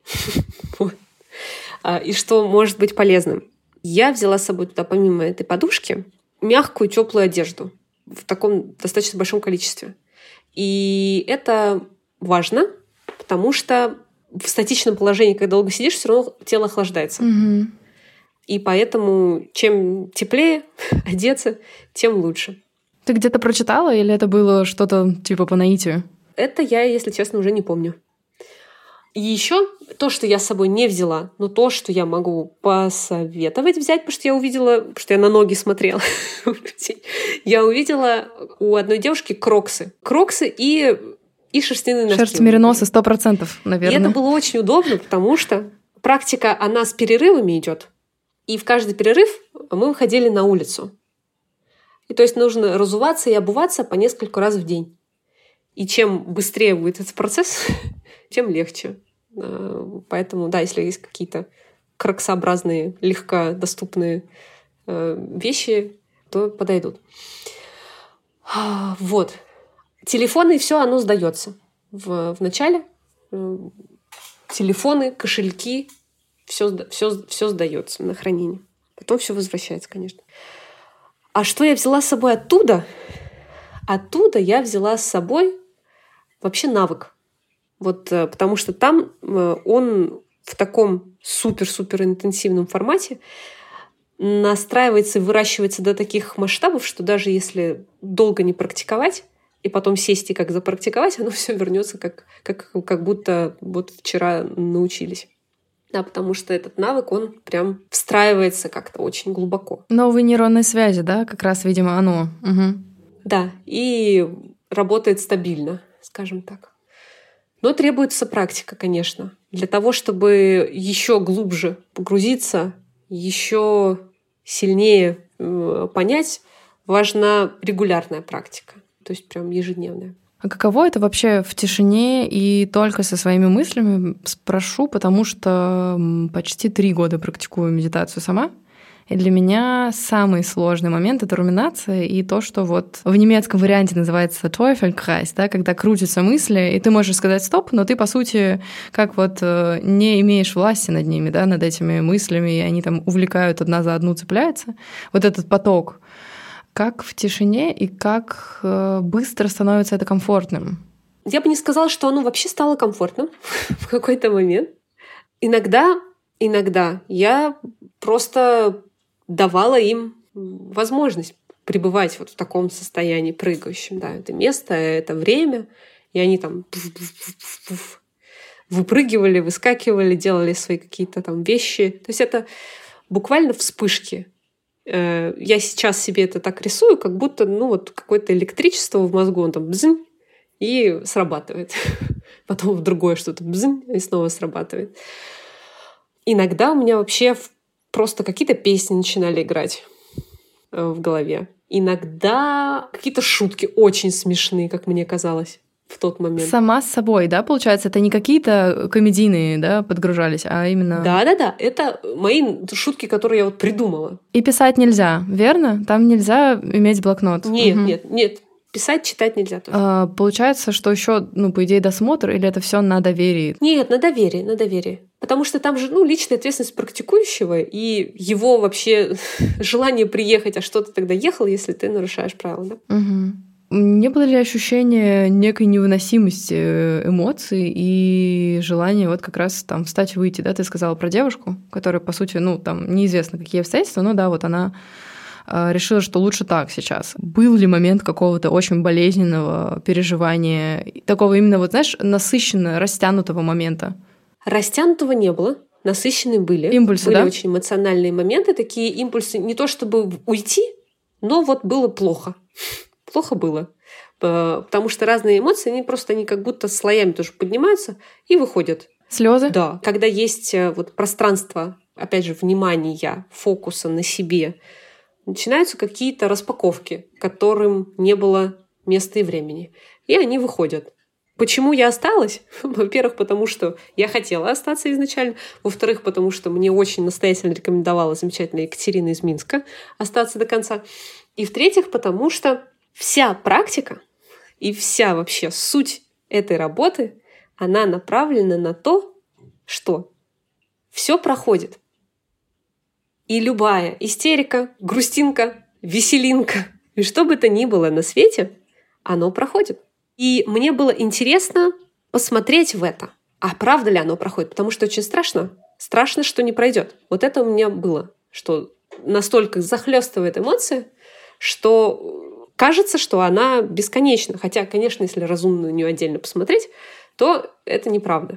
И что может быть полезным. Я взяла с собой туда, помимо этой подушки, мягкую, теплую одежду в таком достаточно большом количестве. И это важно, потому что в статичном положении, когда долго сидишь, все равно тело охлаждается. Угу. И поэтому чем теплее одеться, тем лучше. Ты где-то прочитала или это было что-то типа по наитию? Это я, если честно, уже не помню. И еще то, что я с собой не взяла, но то, что я могу посоветовать взять, потому что я увидела, потому что я на ноги смотрела, я увидела у одной девушки кроксы. Кроксы и шерстяные носки. Шерсть мериноса 100%, наверное. И это было очень удобно, потому что практика, она с перерывами идет. И в каждый перерыв мы выходили на улицу. И то есть нужно разуваться и обуваться по несколько раз в день. И чем быстрее будет этот процесс, тем легче. Поэтому, да, если есть какие-то кроксообразные, легкодоступные вещи, то подойдут. Вот. Телефоны, и все, оно сдается в начале. Телефоны, кошельки, все сдается на хранение. Потом все возвращается, конечно. А что я взяла с собой оттуда? Оттуда я взяла с собой вообще навык. Вот, потому что там он в таком супер-супер интенсивном формате настраивается и выращивается до таких масштабов, что даже если долго не практиковать и потом сесть и как запрактиковать, оно все вернется как будто вот вчера научились. Да, потому что этот навык, он прям встраивается как-то очень глубоко. Новые нейронные связи, да, как раз, видимо, оно. Угу. Да, и работает стабильно, скажем так. Но требуется практика, конечно. Для того, чтобы еще глубже погрузиться, еще сильнее понять, важна регулярная практика. То есть прям ежедневная. А каково это вообще в тишине и только со своими мыслями? Спрошу, потому что почти 3 года практикую медитацию сама. И для меня самый сложный момент — это руминация и то, что вот в немецком варианте называется Teufelskreis, да, когда крутятся мысли, и ты можешь сказать «стоп», но ты, по сути, как вот не имеешь власти над ними, да, над этими мыслями, и они там увлекают одна за одну, цепляются. Вот этот поток. Как в тишине и как быстро становится это комфортным? Я бы не сказала, что оно вообще стало комфортным в какой-то момент. Иногда я просто давала им возможность пребывать вот в таком состоянии прыгающем. Да, это место, это время. И они там выпрыгивали, выскакивали, делали свои какие-то там вещи. То есть это буквально вспышки. Я сейчас себе это так рисую, как будто, какое-то электричество в мозгу, он там бзынь, и срабатывает. Потом в другое что-то бзынь, и снова срабатывает. Иногда у меня вообще просто какие-то песни начинали играть в голове. Иногда какие-то шутки очень смешные, как мне казалось в тот момент. Сама с собой, да, получается? Это не какие-то комедийные, да, подгружались, а именно... Да. Это мои шутки, которые я придумала. И писать нельзя, верно? Там нельзя иметь блокнот. Нет. Писать, читать нельзя тоже. Получается, что еще, по идее, досмотр, или это все на доверии? Нет, на доверии. Потому что там же, личная ответственность практикующего и его вообще желание приехать, а что ты тогда ехал, если ты нарушаешь правила, да? Угу. Не было ли ощущения некой невыносимости эмоций и желания как раз там встать и выйти, да? Ты сказала про девушку, которая, по сути, там неизвестно, какие обстоятельства, но да, она решила, что лучше так сейчас. Был ли момент какого-то очень болезненного переживания, такого именно, насыщенно растянутого момента? Растянутого не было, насыщенные были. Импульсы, были да? Очень эмоциональные моменты, такие импульсы, не то чтобы уйти, но было плохо. Плохо было. Потому что разные эмоции, они как будто слоями тоже поднимаются и выходят. Слезы? Да. Когда есть пространство, опять же, внимания, фокуса на себе, начинаются какие-то распаковки, которым не было места и времени. И они выходят. Почему я осталась? Во-первых, потому что я хотела остаться изначально. Во-вторых, потому что мне очень настоятельно рекомендовала замечательная Екатерина из Минска остаться до конца. И в-третьих, потому что вся практика и вся вообще суть этой работы, она направлена на то, что все проходит. И любая истерика, грустинка, веселинка, и что бы то ни было на свете, оно проходит. И мне было интересно посмотреть в это. А правда ли оно проходит? Потому что очень страшно. Страшно, что не пройдет. Вот это у меня было. Что настолько захлестывает эмоции, что кажется, что она бесконечна. Хотя, конечно, если разумно на нее отдельно посмотреть, то это неправда.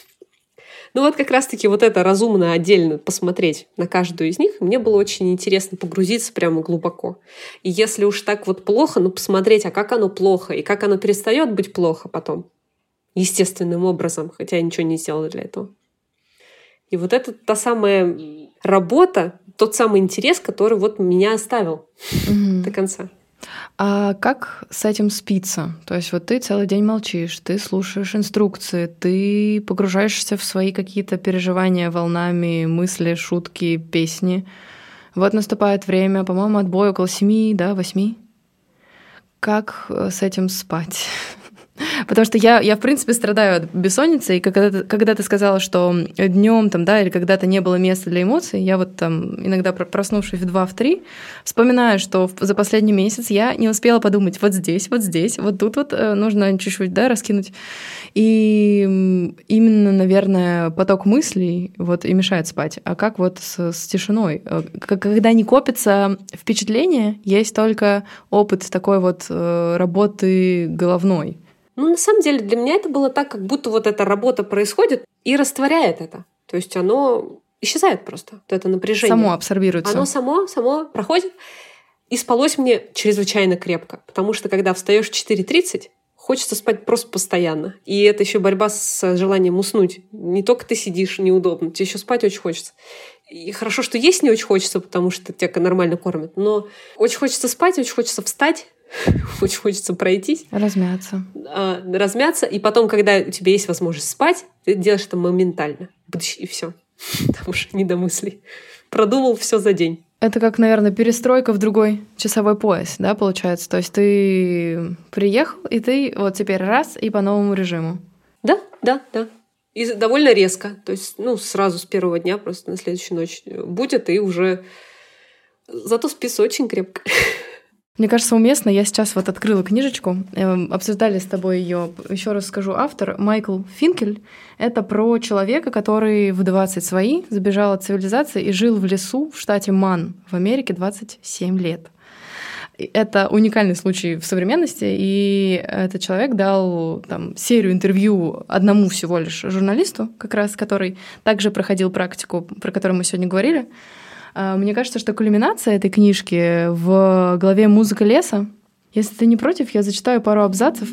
Как раз-таки это разумно отдельно посмотреть на каждую из них, мне было очень интересно погрузиться прямо глубоко. И если уж так плохо, посмотреть, а как оно плохо, и как оно перестает быть плохо потом. Естественным образом, хотя я ничего не сделала для этого. И это та самая работа, тот самый интерес, который меня оставил до конца. А как с этим спится? То есть ты целый день молчишь, ты слушаешь инструкции, ты погружаешься в свои какие-то переживания волнами, мысли, шутки, песни. Наступает время, по-моему, отбой около 7-8. Как с этим спать? Потому что я в принципе, страдаю от бессонницы, и когда ты сказала, что днем или когда-то не было места для эмоций, я иногда, проснувшись в 2-3, вспоминаю, что за последний месяц я не успела подумать здесь, вот тут нужно чуть-чуть, раскинуть. И именно, наверное, поток мыслей и мешает спать. А как с тишиной? Когда не копится впечатление, есть только опыт такой работы головной. На самом деле для меня это было так, как будто эта работа происходит и растворяет это. То есть оно исчезает просто, это напряжение. Само абсорбируется. Оно само проходит. И спалось мне чрезвычайно крепко. Потому что когда встаешь в 4:30, хочется спать просто постоянно. И это еще борьба с желанием уснуть. Не только ты сидишь неудобно, тебе еще спать очень хочется. И хорошо, что есть не очень хочется, потому что тебя нормально кормят. Но очень хочется спать, очень хочется встать. Очень хочется пройтись. Размяться. И потом, когда у тебя есть возможность спать, ты делаешь это моментально. И все. Потому что не до мыслей. Продумал все за день. Это как, наверное, перестройка в другой часовой пояс, да, получается? То есть ты приехал, и ты теперь раз, и по новому режиму. Да. И довольно резко. То есть, сразу с первого дня, просто на следующую ночь будет, и уже... Зато спится очень крепко. Мне кажется, уместно. Я сейчас открыла книжечку, обсуждали с тобой ее. Еще раз скажу, автор Майкл Финкель. Это про человека, который в 20 свои забежал от цивилизации и жил в лесу в штате Ман в Америке 27 лет. Это уникальный случай в современности, и этот человек дал серию интервью одному всего лишь журналисту, как раз который также проходил практику, про которую мы сегодня говорили. Мне кажется, что кульминация этой книжки в главе «Музыка леса». Если ты не против, я зачитаю пару абзацев.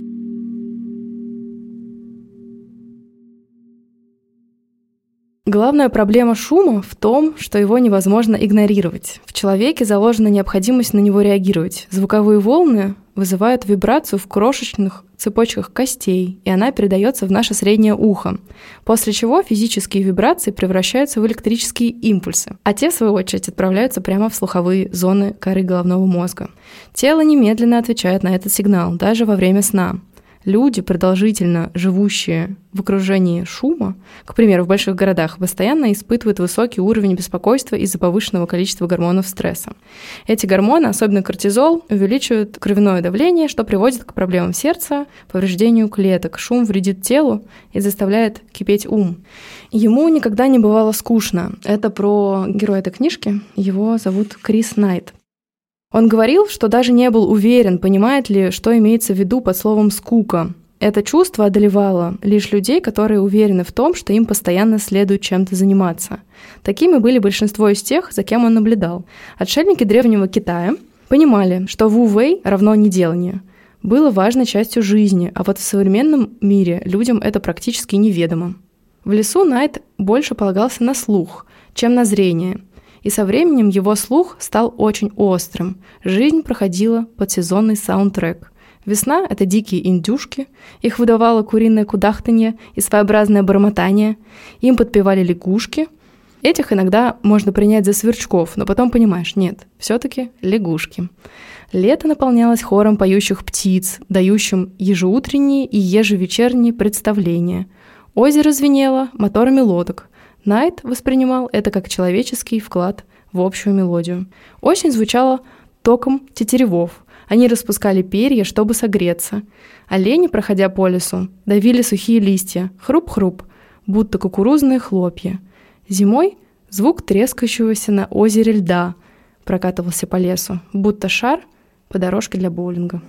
Главная проблема шума в том, что его невозможно игнорировать. В человеке заложена необходимость на него реагировать. Звуковые волны вызывают вибрацию в крошечных цепочках костей, и она передается в наше среднее ухо, после чего физические вибрации превращаются в электрические импульсы, а те, в свою очередь, отправляются прямо в слуховые зоны коры головного мозга. Тело немедленно отвечает на этот сигнал, даже во время сна. Люди, продолжительно живущие в окружении шума, к примеру, в больших городах, постоянно испытывают высокий уровень беспокойства из-за повышенного количества гормонов стресса. Эти гормоны, особенно кортизол, увеличивают кровяное давление, что приводит к проблемам сердца, повреждению клеток. Шум вредит телу и заставляет кипеть ум. Ему никогда не бывало скучно. Это про героя этой книжки. Его зовут Крис Найт. Он говорил, что даже не был уверен, понимает ли, что имеется в виду под словом «скука». Это чувство одолевало лишь людей, которые уверены в том, что им постоянно следует чем-то заниматься. Такими были большинство из тех, за кем он наблюдал. Отшельники древнего Китая понимали, что ву-вэй равно неделанию было важной частью жизни, а вот в современном мире людям это практически неведомо. В лесу Найт больше полагался на слух, чем на зрение. И со временем его слух стал очень острым. Жизнь проходила под сезонный саундтрек. Весна — это дикие индюшки, их выдавало куриное кудахтанье и своеобразное бормотание, им подпевали лягушки. Этих иногда можно принять за сверчков, но потом понимаешь, нет, все-таки лягушки. Лето наполнялось хором поющих птиц, дающим ежеутренние и ежевечерние представления. Озеро звенело моторами лодок. Найт воспринимал это как человеческий вклад в общую мелодию. Осень звучала током тетеревов. Они распускали перья, чтобы согреться. Олени, проходя по лесу, давили сухие листья, хруп-хруп, будто кукурузные хлопья. Зимой звук трескающегося на озере льда прокатывался по лесу, будто шар по дорожке для боулинга.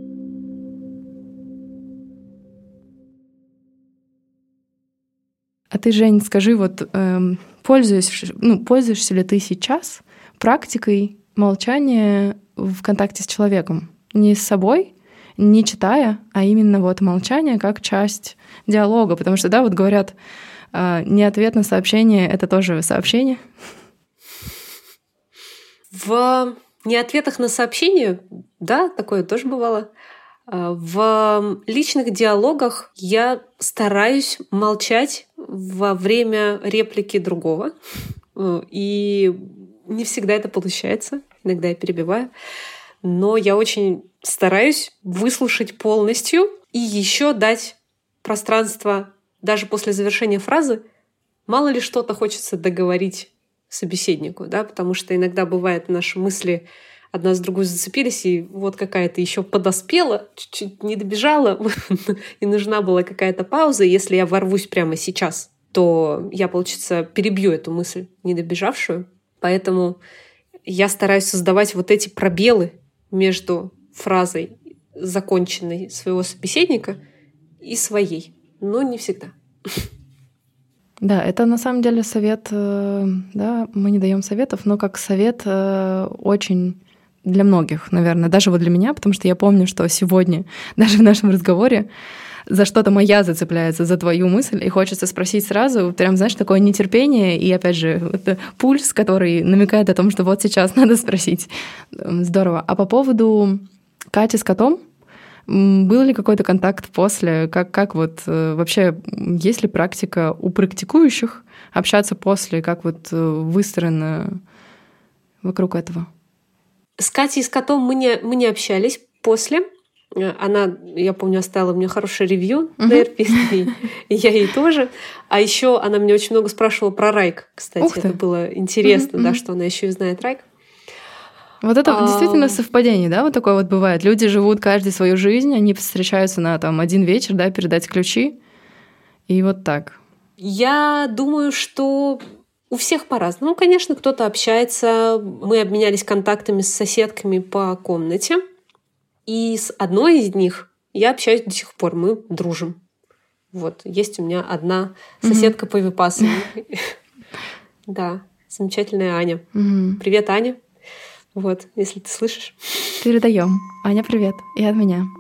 А ты, Жень, скажи, вот пользуешься ли ты сейчас практикой молчания в контакте с человеком? Не с собой, не читая, а именно вот молчание как часть диалога. Потому что, да, вот говорят, не ответ на сообщение — это тоже сообщение. В неответах на сообщения, да, такое тоже бывало. В личных диалогах я стараюсь молчать во время реплики другого. И не всегда это получается. Иногда я перебиваю. Но я очень стараюсь выслушать полностью и еще дать пространство даже после завершения фразы. Мало ли что-то хочется договорить собеседнику, да, потому что иногда бывает наши мысли одна с другой зацепились, и вот какая-то еще подоспела, чуть-чуть не добежала, и нужна была какая-то пауза. Если я ворвусь прямо сейчас, то я, получается, перебью эту мысль, не добежавшую. Поэтому я стараюсь создавать вот эти пробелы между фразой, законченной своего собеседника, и своей. Но не всегда. Да, это на самом деле совет, да, мы не даем советов, но как совет очень для многих, наверное, даже вот для меня, потому что я помню, что сегодня, даже в нашем разговоре, за что-то моя зацепляется за твою мысль, и хочется спросить сразу, прям, знаешь, такое нетерпение, и опять же, это пульс, который намекает о том, что вот сейчас надо спросить. Здорово. А по поводу Кати с котом, был ли какой-то контакт после? Как вот вообще, есть ли практика у практикующих общаться после? Как вот выстроено вокруг этого? С Катей и с котом мы не общались после. Она, я помню, оставила мне хорошее ревью на Airbnb, и я ей тоже. А еще она меня очень много спрашивала про Райк, кстати. Это было интересно, да, что она еще и знает Райк. Вот это действительно совпадение, да, вот такое вот бывает. Люди живут каждый свою жизнь, они встречаются на там один вечер, да, передать ключи, и вот так. Я думаю, что у всех по-разному. Ну, конечно, кто-то общается. Мы обменялись контактами с соседками по комнате, и с одной из них я общаюсь до сих пор. Мы дружим. Вот, есть у меня одна соседка по випассане. Да. замечательная Аня. Угу. Привет, Аня. Вот, если ты слышишь. Передаем. Аня, привет. И от меня.